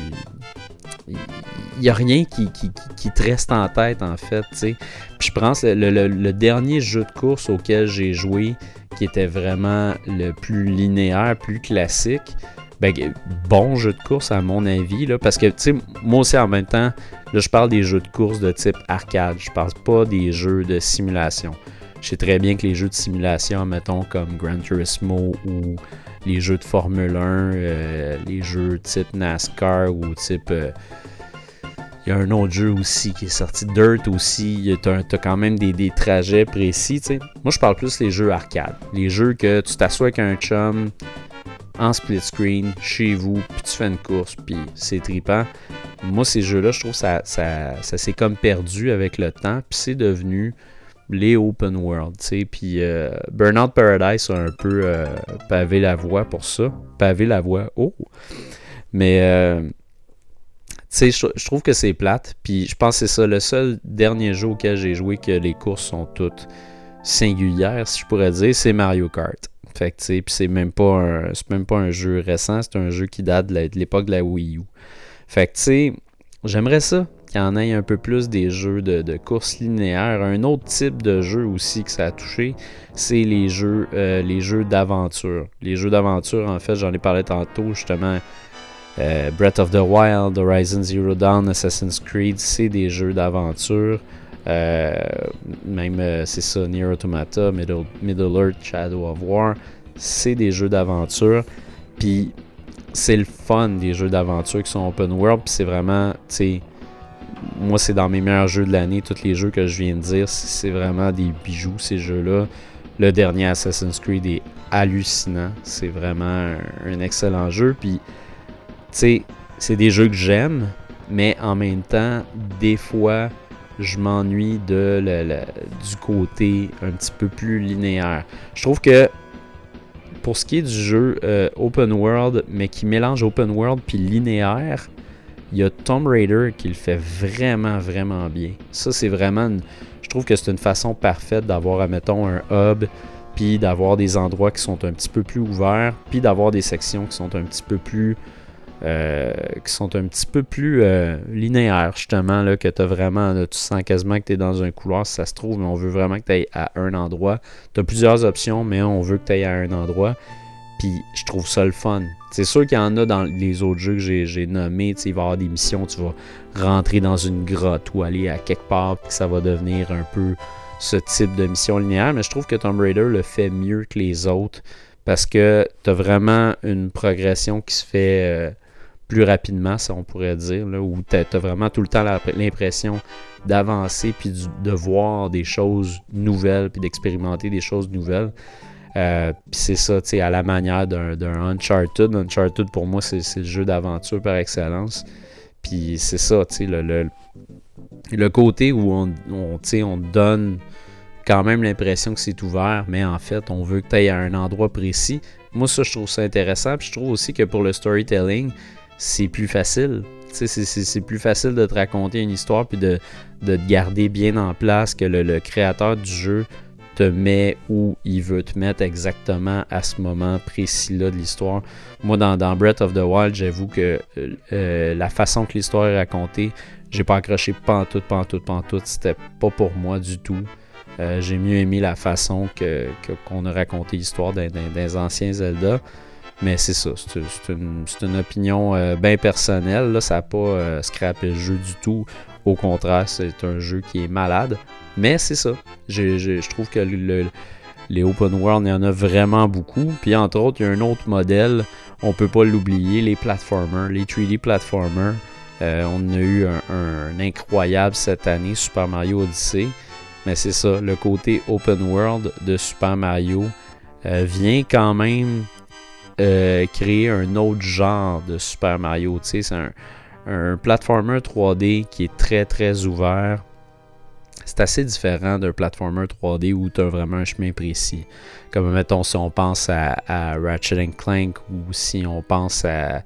Speaker 1: Il n'y a rien qui te reste en tête, en fait, tu sais. Puis je pense le dernier jeu de course auquel j'ai joué, qui était vraiment le plus linéaire, plus classique, bon jeu de course à mon avis, là, parce que, tu sais, moi aussi en même temps, là, je parle des jeux de course de type arcade, je parle pas des jeux de simulation. Je sais très bien que les jeux de simulation, mettons, comme Gran Turismo ou les jeux de Formule 1, les jeux type NASCAR ou type... il y a un autre jeu aussi qui est sorti, Dirt aussi, t'as quand même des trajets précis, tu sais. Moi, je parle plus des jeux arcade. Les jeux que tu t'assois avec un chum en split screen, chez vous, puis tu fais une course, puis c'est trippant. Moi, ces jeux-là, je trouve que ça s'est comme perdu avec le temps, puis c'est devenu les open world, tu sais. Puis Burnout Paradise a un peu pavé la voie pour ça. Pavé la voie, oh! Mais... tu sais, je trouve que c'est plate, puis je pense que c'est ça, le seul dernier jeu auquel j'ai joué que les courses sont toutes singulières, si je pourrais dire, c'est Mario Kart. Fait que tu sais, puis c'est même pas un jeu récent, c'est un jeu qui date de l'époque de la Wii U. Fait que tu sais, j'aimerais ça qu'il y en ait un peu plus des jeux de courses linéaires. Un autre type de jeu aussi que ça a touché, c'est les jeux d'aventure. Les jeux d'aventure, en fait, j'en ai parlé tantôt, justement. Breath of the Wild, Horizon Zero Dawn, Assassin's Creed, c'est des jeux d'aventure. Même, c'est ça, Nier Automata, Middle Earth, Shadow of War, c'est des jeux d'aventure. Puis, c'est le fun des jeux d'aventure qui sont open world. Puis, c'est vraiment, tu sais, moi, c'est dans mes meilleurs jeux de l'année. Tous les jeux que je viens de dire, c'est vraiment des bijoux, ces jeux-là. Le dernier Assassin's Creed est hallucinant. C'est vraiment un excellent jeu. Puis, tu sais, c'est des jeux que j'aime, mais en même temps, des fois, je m'ennuie du côté un petit peu plus linéaire. Je trouve que pour ce qui est du jeu open world, mais qui mélange open world puis linéaire, il y a Tomb Raider qui le fait vraiment, vraiment bien. Ça, c'est vraiment... je trouve que c'est une façon parfaite d'avoir, admettons, un hub, puis d'avoir des endroits qui sont un petit peu plus ouverts, puis d'avoir des sections qui sont un petit peu plus... linéaires, justement, là, que tu as vraiment, là, tu sens quasiment que tu es dans un couloir si ça se trouve, mais on veut vraiment que tu ailles à un endroit. Tu as plusieurs options, mais on veut que tu ailles à un endroit. Puis je trouve ça le fun. C'est sûr qu'il y en a dans les autres jeux que j'ai nommés. Il va y avoir des missions, tu vas rentrer dans une grotte ou aller à quelque part, puis que ça va devenir un peu ce type de mission linéaire. Mais je trouve que Tomb Raider le fait mieux que les autres parce que tu as vraiment une progression qui se fait... plus rapidement, ça on pourrait dire, là, où tu as vraiment tout le temps l'impression d'avancer puis de voir des choses nouvelles puis d'expérimenter des choses nouvelles. Puis c'est ça, tu sais, à la manière d'un Uncharted. Uncharted, pour moi, c'est le jeu d'aventure par excellence. Puis c'est ça, tu sais, le côté où on donne quand même l'impression que c'est ouvert, mais en fait, on veut que tu ailles à un endroit précis. Moi, ça, je trouve ça intéressant. Puis je trouve aussi que pour le storytelling, c'est plus facile. C'est plus facile de te raconter une histoire puis de te garder bien en place, que le créateur du jeu te met où il veut te mettre exactement à ce moment précis-là de l'histoire. Moi, dans Breath of the Wild, j'avoue que la façon que l'histoire est racontée, j'ai pas accroché pantoute. C'était pas pour moi du tout. J'ai mieux aimé la façon qu'on a raconté l'histoire dans les anciens Zelda. Mais c'est ça, c'est une opinion bien personnelle. Là, ça n'a pas scrappé le jeu du tout. Au contraire, c'est un jeu qui est malade. Mais c'est ça. Je trouve que les open world, il y en a vraiment beaucoup. Puis entre autres, il y a un autre modèle, on peut pas l'oublier, les platformers, les 3D platformers. On a eu un incroyable cette année, Super Mario Odyssey. Mais c'est ça, le côté open world de Super Mario vient quand même créer un autre genre de Super Mario. Tu sais, c'est un platformer 3D qui est très très ouvert. C'est assez différent d'un platformer 3D où tu as vraiment un chemin précis. Comme mettons si on pense à Ratchet & Clank ou si on pense à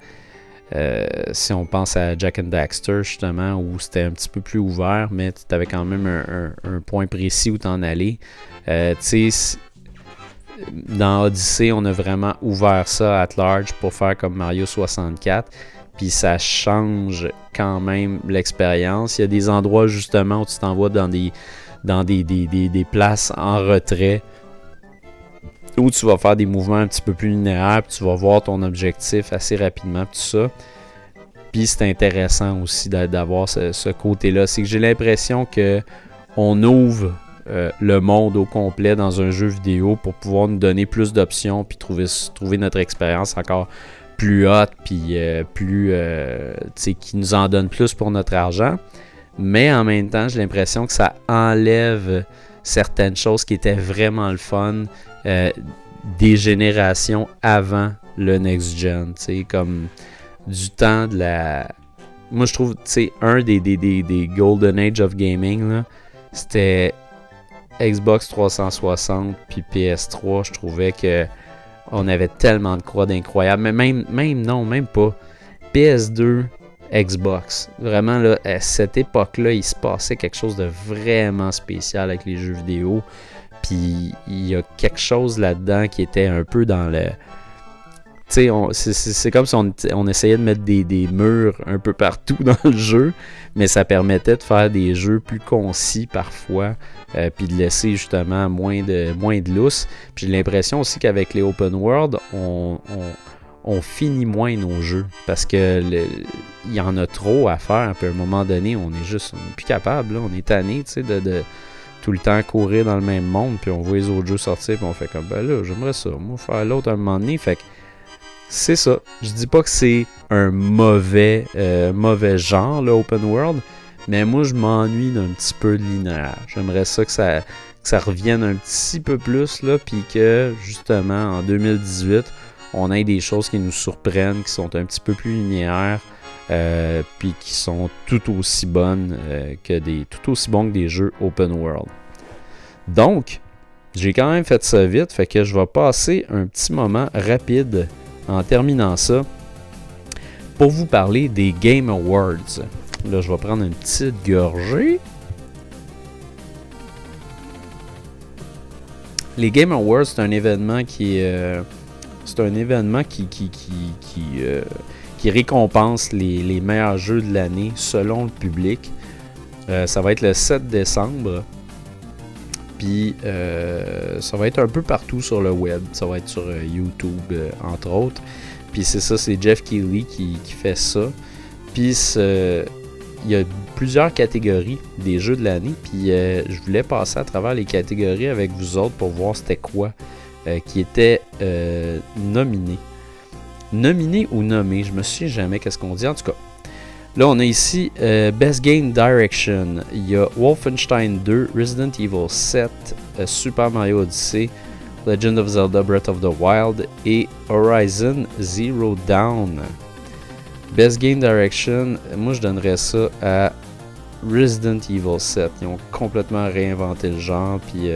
Speaker 1: Jak and Daxter justement où c'était un petit peu plus ouvert mais tu avais quand même un point précis où t'en aller. Tu sais, dans Odyssey on a vraiment ouvert ça at large pour faire comme Mario 64. Puis ça change quand même l'expérience. Il y a des endroits justement où tu t'envoies dans des places en retrait où tu vas faire des mouvements un petit peu plus linéaires, puis tu vas voir ton objectif assez rapidement, tout ça. Puis c'est intéressant aussi d'avoir ce côté-là. C'est que j'ai l'impression qu'on ouvre le monde au complet dans un jeu vidéo pour pouvoir nous donner plus d'options puis trouver notre expérience encore plus haute puis qui nous en donne plus pour notre argent. Mais en même temps, j'ai l'impression que ça enlève certaines choses qui étaient vraiment le fun des générations avant le next gen. Comme du temps de la... Moi, je trouve, un des Golden Age of Gaming, là, c'était Xbox 360 puis PS3. Je trouvais que on avait tellement de quoi d'incroyable. Mais même pas. PS2, Xbox. Vraiment, là, à cette époque-là, il se passait quelque chose de vraiment spécial avec les jeux vidéo. Puis, il y a quelque chose là-dedans qui était un peu dans le... Tu sais, c'est comme si on essayait de mettre des murs un peu partout dans le jeu, mais ça permettait de faire des jeux plus concis parfois, puis de laisser justement moins de lousse. Puis j'ai l'impression aussi qu'avec les open world, on finit moins nos jeux, parce que il y en a trop à faire, puis à un moment donné, on est plus capable, là, on est tanné, tu sais, de tout le temps courir dans le même monde, puis on voit les autres jeux sortir, puis on fait comme, ben là, j'aimerais ça, moi, faire l'autre à un moment donné, fait que c'est ça. Je dis pas que c'est un mauvais genre, là, open world, mais moi, je m'ennuie d'un petit peu de linéaire. J'aimerais ça que ça revienne un petit peu plus, là, puis que, justement, en 2018, on ait des choses qui nous surprennent, qui sont un petit peu plus linéaires, puis qui sont tout aussi bonnes tout aussi bons que des jeux open world. Donc, j'ai quand même fait ça vite, fait que je vais passer un petit moment rapide en terminant ça pour vous parler des Game Awards. Là, je vais prendre une petite gorgée. Les Game Awards, c'est un événement qui récompense les meilleurs jeux de l'année selon le public. Ça va être le 7 décembre. Puis ça va être un peu partout sur le web. Ça va être sur YouTube, entre autres. Puis c'est ça, c'est Jeff Keighley qui fait ça. Puis il y a plusieurs catégories des jeux de l'année. Puis je voulais passer à travers les catégories avec vous autres pour voir c'était quoi qui était nominé. Nominé ou nommé, je me souviens jamais qu'est-ce qu'on dit. En tout cas, là on a ici Best Game Direction. Il y a Wolfenstein 2, Resident Evil 7, Super Mario Odyssey, Legend of Zelda Breath of the Wild et Horizon Zero Dawn. Best Game Direction, moi je donnerais ça à Resident Evil 7. Ils ont complètement réinventé le genre, puis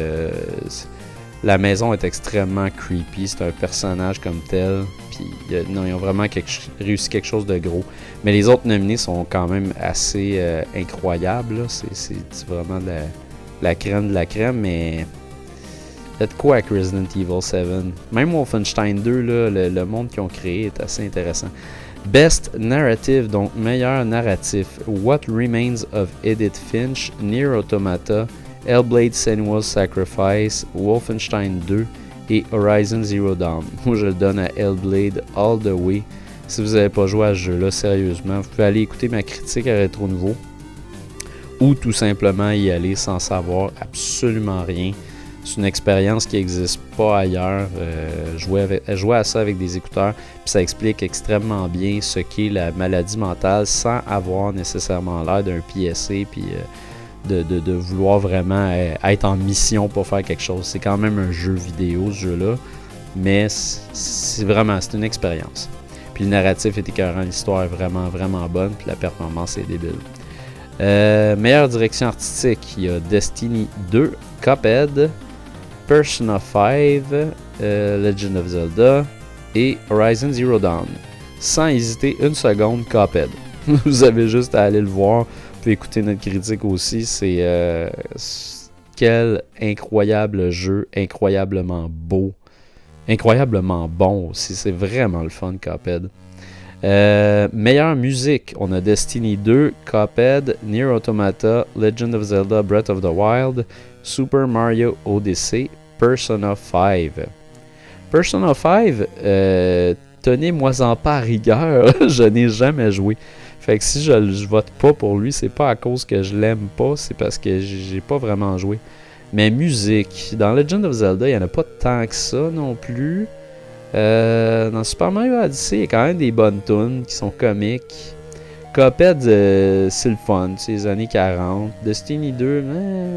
Speaker 1: la maison est extrêmement creepy. C'est un personnage comme tel. Puis ils ont vraiment réussi quelque chose de gros. Mais les autres nominés sont quand même assez incroyables. Là. C'est vraiment de la crème de la crème. Mais faites quoi avec Resident Evil 7? Même Wolfenstein 2, là, le monde qu'ils ont créé est assez intéressant. Best Narrative, donc meilleur narratif. What Remains of Edith Finch, Nier Automata, Hellblade Senua's Sacrifice, Wolfenstein 2 et Horizon Zero Dawn. Moi, je le donne à Hellblade all the way. Si vous n'avez pas joué à ce jeu-là, sérieusement, vous pouvez aller écouter ma critique à Rétro Nouveau ou tout simplement y aller sans savoir absolument rien. C'est une expérience qui n'existe pas ailleurs. Jouer à ça avec des écouteurs, puis ça explique extrêmement bien ce qu'est la maladie mentale sans avoir nécessairement l'air d'un PSC puis de vouloir vraiment être en mission pour faire quelque chose. C'est quand même un jeu vidéo, ce jeu-là, mais c'est une expérience. Puis le narratif est écœurant, l'histoire est vraiment, vraiment bonne, puis la performance est débile. Meilleure direction artistique, il y a Destiny 2, Cuphead, Persona 5, Legend of Zelda et Horizon Zero Dawn. Sans hésiter une seconde, Cuphead. Vous avez juste à aller le voir. Vous pouvez écouter notre critique aussi. C'est quel incroyable jeu, incroyablement beau, incroyablement bon aussi. C'est vraiment le fun, Cuphead. Meilleure musique, on a Destiny 2, Cuphead, Nier Automata, Legend of Zelda Breath of the Wild, Super Mario Odyssey, Persona 5. Persona 5, tenez-moi-en pas à rigueur, je n'ai jamais joué. Fait que si je vote pas pour lui, c'est pas à cause que je l'aime pas, c'est parce que j'ai pas vraiment joué. Mais musique, dans Legend of Zelda, il n'y en a pas tant que ça non plus. Dans Super Mario Odyssey, il y a quand même des bonnes tunes qui sont comiques. Cuphead, c'est le fun, c'est les années 40. Destiny 2,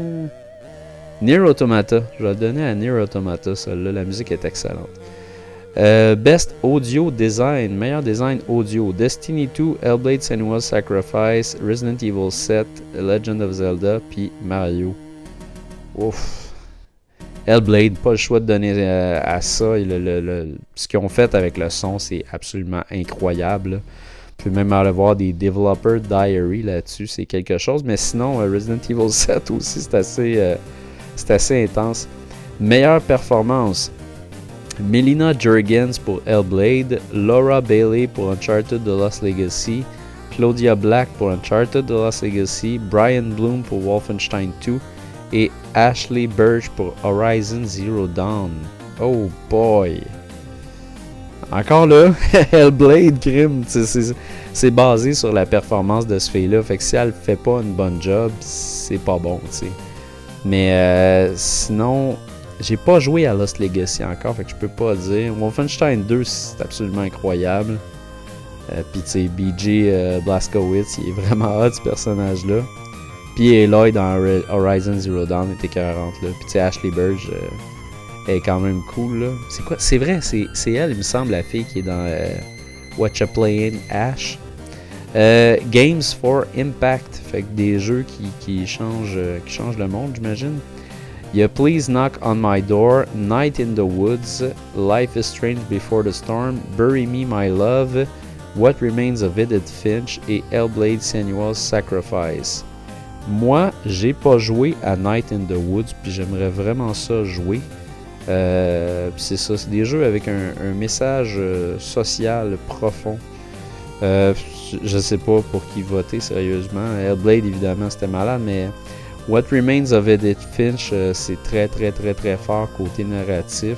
Speaker 1: Nier Automata, je vais le donner à Nier Automata, celle-là, la musique est excellente. Best Audio Design, meilleur design audio, Destiny 2, Hellblade Senua's Sacrifice, Resident Evil 7, Legend of Zelda, puis Mario. Ouf. Hellblade, pas le choix de donner à ça. Ce qu'ils ont fait avec le son, c'est absolument incroyable. Vous pouvez même aller voir des Developer Diary là-dessus, c'est quelque chose. Mais sinon, Resident Evil 7 aussi, c'est assez intense. Meilleure performance, Melina Jurgens pour Hellblade, Laura Bailey pour Uncharted The Lost Legacy, Claudia Black pour Uncharted The Lost Legacy, Brian Bloom pour Wolfenstein 2, et Ashley Burch pour Horizon Zero Dawn. Oh boy! Encore là, Hellblade, crime, c'est basé sur la performance de ce fille-là. Fait que si elle fait pas une bonne job, c'est pas bon, tu sais. Mais sinon, j'ai pas joué à Lost Legacy encore, fait que je peux pas dire. Wolfenstein 2, c'est absolument incroyable. Puis tu sais, BJ Blazkowicz, il est vraiment hot ce personnage-là. Puis Aloy dans Horizon Zero Dawn était écœurante là. Puis tu sais, Ashley Burch est quand même cool là. C'est quoi? C'est vrai, c'est elle, il me semble, la fille qui est dans What You Playin' Ash. Games for Impact, fait que des jeux qui changent le monde, j'imagine. Il y a Please Knock on My Door, Night in the Woods, Life is Strange Before the Storm, Bury Me My Love, What Remains of Edith Finch et Hellblade Senua's Sacrifice. Moi, j'ai pas joué à Night in the Woods, puis j'aimerais vraiment ça jouer. C'est ça, c'est des jeux avec un message social profond. Je sais pas pour qui voter, sérieusement. Hellblade, évidemment, c'était malade, mais What Remains of Edith Finch, c'est très, très, très, très fort côté narratif.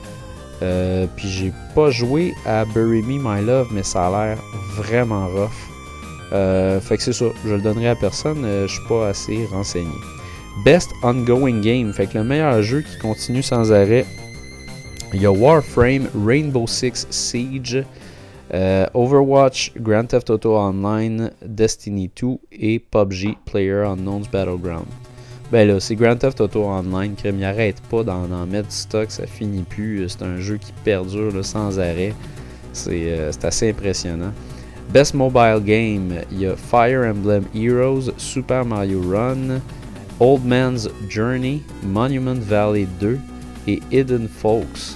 Speaker 1: Puis j'ai pas joué à Bury Me My Love, mais ça a l'air vraiment rough. Fait que c'est ça, je le donnerai à personne, je suis pas assez renseigné. Best Ongoing Game, fait que le meilleur jeu qui continue sans arrêt, il y a Warframe, Rainbow Six Siege, Overwatch, Grand Theft Auto Online, Destiny 2 et PUBG PlayerUnknown's Battleground. Ben là, c'est Grand Theft Auto Online, il n'arrête pas d'en mettre du stock, ça finit plus, c'est un jeu qui perdure là, sans arrêt, c'est assez impressionnant. Best Mobile Game, il y a Fire Emblem Heroes, Super Mario Run, Old Man's Journey, Monument Valley 2 et Hidden Folks.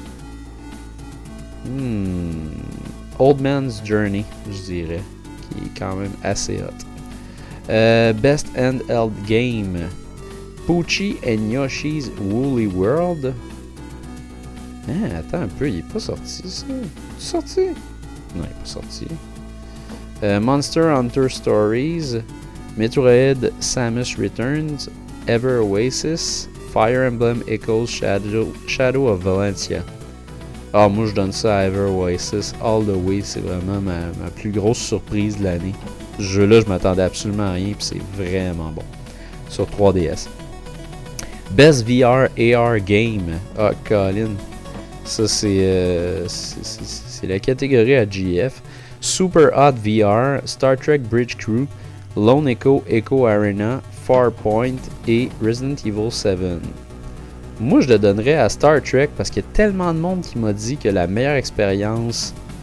Speaker 1: Old Man's Journey, je dirais, qui est quand même assez hot. Best Handheld Game, Poochie and Yoshi's Woolly World. Attends un peu, il est pas sorti ça? Il est sorti? Non, il est pas sorti. Monster Hunter Stories, Metroid Samus Returns, Ever Oasis, Fire Emblem Echoes Shadow of Valencia. Ah, moi je donne ça à Ever Oasis all the way, c'est vraiment ma plus grosse surprise de l'année. Ce jeu-là, je m'attendais absolument à rien, puis c'est vraiment bon. Sur 3DS. Best VR AR Game. Ah, Colin. Ça, c'est la catégorie à GF. Super Hot VR, Star Trek Bridge Crew, Lone Echo Echo Arena, Farpoint et Resident Evil 7. Moi, je le donnerais à Star Trek parce qu'il y a tellement de monde qui m'a dit que la meilleure expérience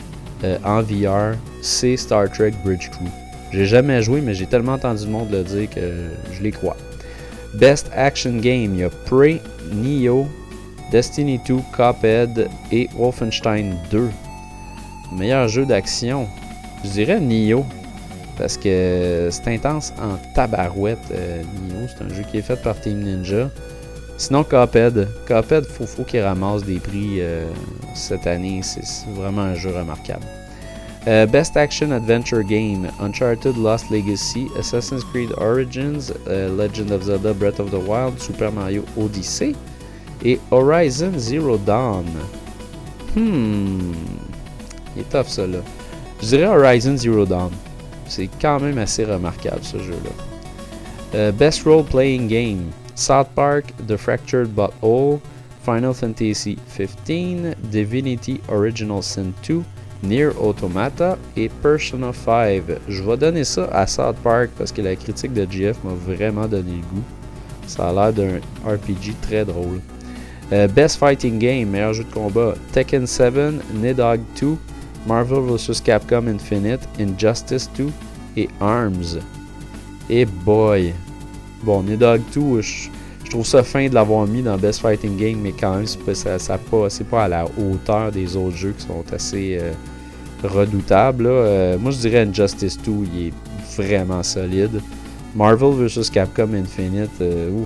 Speaker 1: en VR, c'est Star Trek Bridge Crew. J'ai jamais joué, mais j'ai tellement entendu le monde le dire que je les crois. Best Action Game, il y a Prey, Nioh, Destiny 2, Cuphead et Wolfenstein 2. Meilleur jeu d'action, je dirais Nioh, parce que c'est intense en tabarouette. Nioh, c'est un jeu qui est fait par Team Ninja. Sinon, Cuphead, faut qu'il ramasse des prix cette année. C'est vraiment un jeu remarquable. Best Action Adventure Game, Uncharted Lost Legacy, Assassin's Creed Origins, Legend of Zelda Breath of the Wild, Super Mario Odyssey et Horizon Zero Dawn. Il est tough ça là. Je dirais Horizon Zero Dawn. C'est quand même assez remarquable ce jeu-là. Best Role Playing Game, South Park, The Fractured But Whole, Final Fantasy XV, Divinity Original Sin 2, Nier Automata et Persona 5. Je vais donner ça à South Park parce que la critique de GF m'a vraiment donné le goût. Ça a l'air d'un RPG très drôle. Best Fighting Game, meilleur jeu de combat, Tekken 7, Nidhogg 2, Marvel vs Capcom Infinite, Injustice 2 et ARMS. Et boy! Bon, Nidhogg 2, je trouve ça fin de l'avoir mis dans Best Fighting Game, mais quand même, c'est pas à la hauteur des autres jeux qui sont assez redoutables. Moi, je dirais Injustice 2, il est vraiment solide. Marvel vs Capcom Infinite,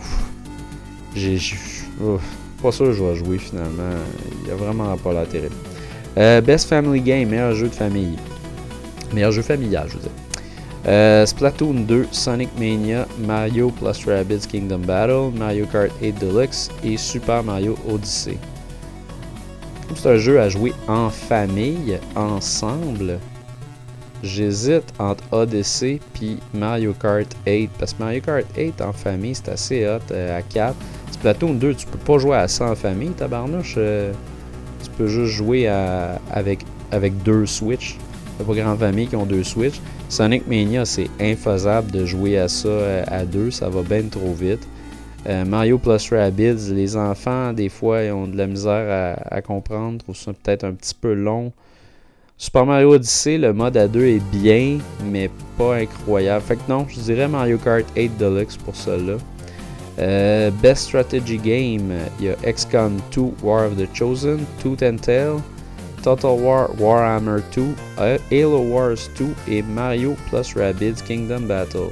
Speaker 1: pas sûr que je vais jouer finalement. Il a vraiment pas l'air terrible. Best Family Game, meilleur jeu de famille. Meilleur jeu familial, je veux dire. Splatoon 2, Sonic Mania, Mario plus Rabbids Kingdom Battle, Mario Kart 8 Deluxe et Super Mario Odyssey. C'est un jeu à jouer en famille, ensemble. J'hésite entre Odyssey puis Mario Kart 8. Parce que Mario Kart 8 en famille, c'est assez hot à 4. Splatoon 2, tu peux pas jouer à ça en famille, tabarnouche. Tu peux juste jouer avec 2 Switch. Il n'y a pas grand famille qui ont 2 Switch. Sonic Mania, c'est infaisable de jouer à ça à 2. Ça va bien trop vite. Mario plus Rabbids, les enfants, des fois, ils ont de la misère à comprendre. Trouvent ça peut-être un petit peu long. Super Mario Odyssey, le mode à 2 est bien, mais pas incroyable. Fait que non, je dirais Mario Kart 8 Deluxe pour cela. Best Strategy Game, il y a XCOM 2 War of the Chosen, Tooth and Tail, Total War Warhammer 2, Halo Wars 2 et Mario plus Rabbids Kingdom Battle.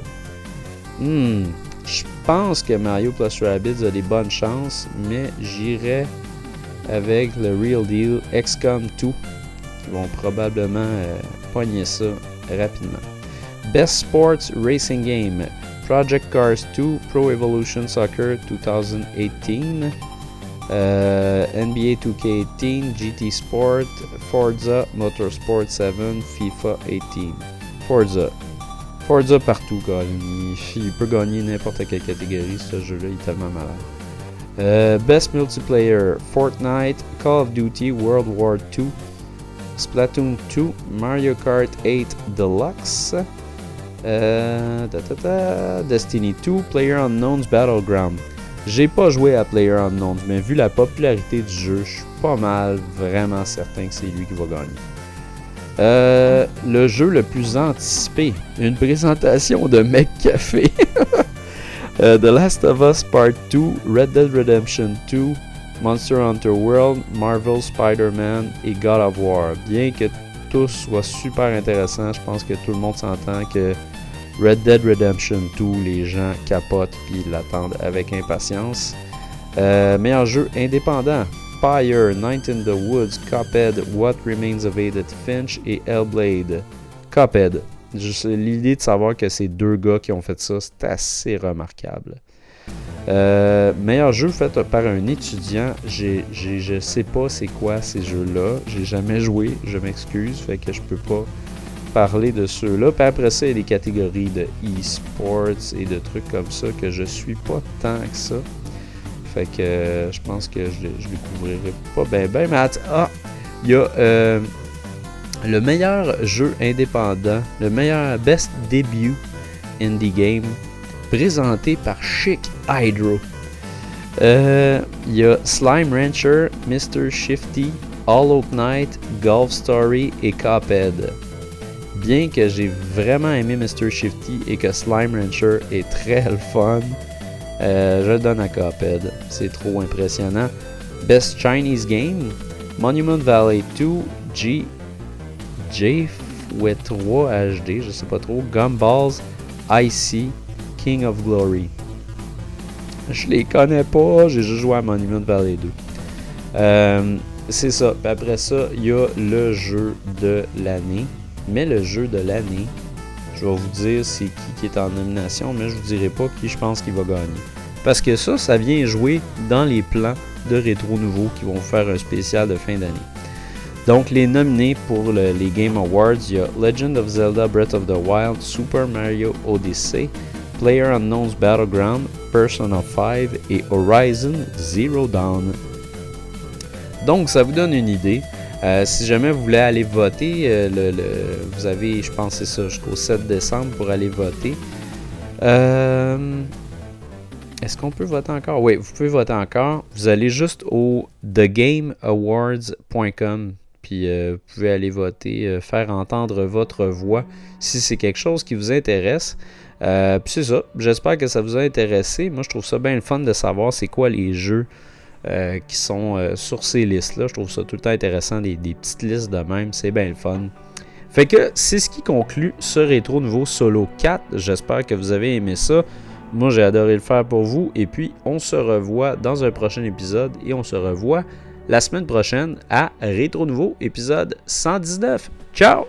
Speaker 1: Je pense que Mario plus Rabbids a des bonnes chances, mais j'irai avec le Real Deal XCOM 2. Ils vont probablement pogner ça rapidement. Best Sports Racing Game, Project Cars 2, Pro Evolution Soccer 2018, NBA 2K18, GT Sport, Forza Motorsport 7, FIFA 18. Forza partout, quand même. Il peut gagner n'importe quelle catégorie, ce jeu-là, il est tellement malade. Best Multiplayer, Fortnite, Call of Duty World War 2, Splatoon 2, Mario Kart 8 Deluxe, Destiny 2, PlayerUnknown's Battleground. J'ai pas joué à PlayerUnknown's, mais vu la popularité du jeu, je suis pas mal vraiment certain que c'est lui qui va gagner. Le jeu le plus anticipé, une présentation de McCafé. The Last of Us Part 2, Red Dead Redemption 2, Monster Hunter World, Marvel Spider-Man et God of War. Bien que tous soient super intéressants, je pense que tout le monde s'entend que Red Dead Redemption 2, les gens capotent puis l'attendent avec impatience. Meilleur jeu indépendant, Pyre, Night in the Woods, Cuphead, What Remains of Edith Finch et Hellblade. Cuphead. Juste l'idée de savoir que c'est 2 gars qui ont fait ça, c'est assez remarquable. Meilleur jeu fait par un étudiant, je sais pas c'est quoi ces jeux-là, j'ai jamais joué, je m'excuse, fait que je peux pas parler de ceux-là. Puis après ça, il y a des catégories de e-sports et de trucs comme ça que je suis pas tant que ça. Fait que je pense que je les couvrirai pas ben, mais il y a le meilleur jeu indépendant, le meilleur best debut indie game, présenté par Chic Hydro. Il y a Slime Rancher, Mr. Shifty, Hollow Knight, Golf Story et Cuphead. Bien que j'ai vraiment aimé Mr. Shifty et que Slime Rancher est très le fun, je le donne à Cuphead. C'est trop impressionnant. Best Chinese Game, Monument Valley 2, J3 HD, je sais pas trop, Gumballs, Icy, King of Glory. Je les connais pas, j'ai juste joué à Monument Valley 2. C'est ça. Puis après ça, il y a le jeu de l'année. Mais le jeu de l'année, je vais vous dire c'est qui est en nomination, mais je vous dirai pas qui je pense qu'il va gagner. Parce que ça vient jouer dans les plans de Rétro Nouveau qui vont faire un spécial de fin d'année. Donc les nominés pour les Game Awards, il y a Legend of Zelda Breath of the Wild, Super Mario Odyssey, PlayerUnknown's Battleground, Persona 5 et Horizon Zero Dawn. Donc ça vous donne une idée. Si jamais vous voulez aller voter, vous avez, je pense, c'est ça, jusqu'au 7 décembre pour aller voter. Est-ce qu'on peut voter encore? Oui, vous pouvez voter encore. Vous allez juste au thegameawards.com. Puis vous pouvez aller voter, faire entendre votre voix si c'est quelque chose qui vous intéresse. Puis c'est ça. J'espère que ça vous a intéressé. Moi, je trouve ça bien le fun de savoir c'est quoi les jeux qui sont sur ces listes-là. Je trouve ça tout le temps intéressant, des petites listes de même. C'est bien le fun. Fait que c'est ce qui conclut ce Rétro Nouveau Solo 4. J'espère que vous avez aimé ça. Moi, j'ai adoré le faire pour vous. Et puis, on se revoit dans un prochain épisode. Et on se revoit la semaine prochaine à Rétro Nouveau, épisode 119. Ciao!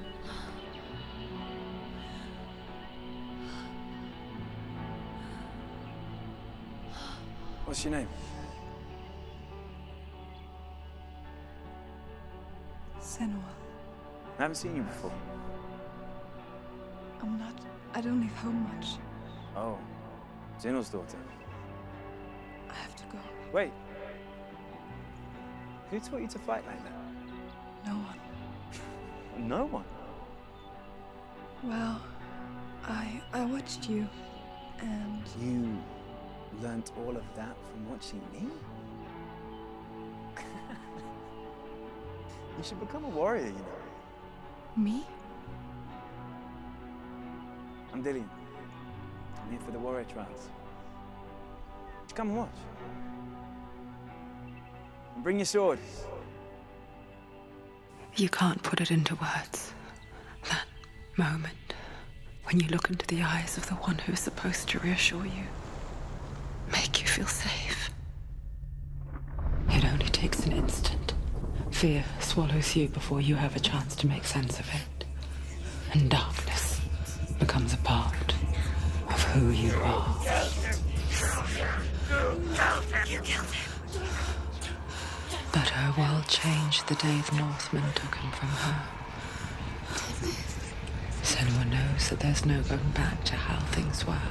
Speaker 2: What's your name?
Speaker 3: Senua.
Speaker 2: I haven't seen you before.
Speaker 3: I don't leave home much.
Speaker 2: Oh, Zeno's daughter.
Speaker 3: I have to go.
Speaker 2: Wait. Who taught you to fight like that?
Speaker 3: No one.
Speaker 2: No one.
Speaker 3: Well, I watched you, and
Speaker 2: You learnt all of that from watching me? You should become a warrior, you know.
Speaker 3: me?
Speaker 2: I'm Dillian. I'm here for the warrior trials. Come and watch. And bring your sword.
Speaker 3: You can't put it into words. That moment when you look into the eyes of the one who's supposed to reassure you, make you feel safe. It only takes an instant. Fear swallows you before you have a chance to make sense of it. And darkness becomes a part of who you are. You killed him. But her world changed the day the Northmen took him from her. Senua knows that there's no going back to how things were.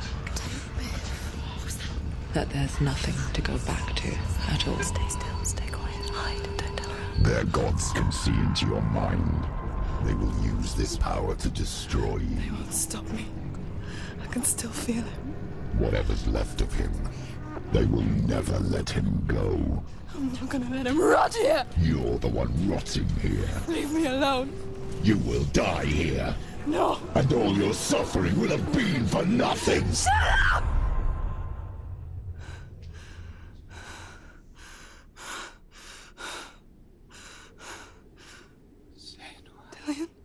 Speaker 3: That there's nothing to go back to at all. Stay still, stay quiet, hide, don't tell her.
Speaker 4: Their gods can see into your mind. They will use this power to destroy you.
Speaker 3: They won't stop me. I can still feel him.
Speaker 4: Whatever's left of him, they will never let him go.
Speaker 3: I'm not gonna let him rot here.
Speaker 4: You're the one rotting here.
Speaker 3: Leave me alone.
Speaker 4: You will die here.
Speaker 3: No.
Speaker 4: And all your suffering will have been for nothing.
Speaker 3: Shut up! Dillian?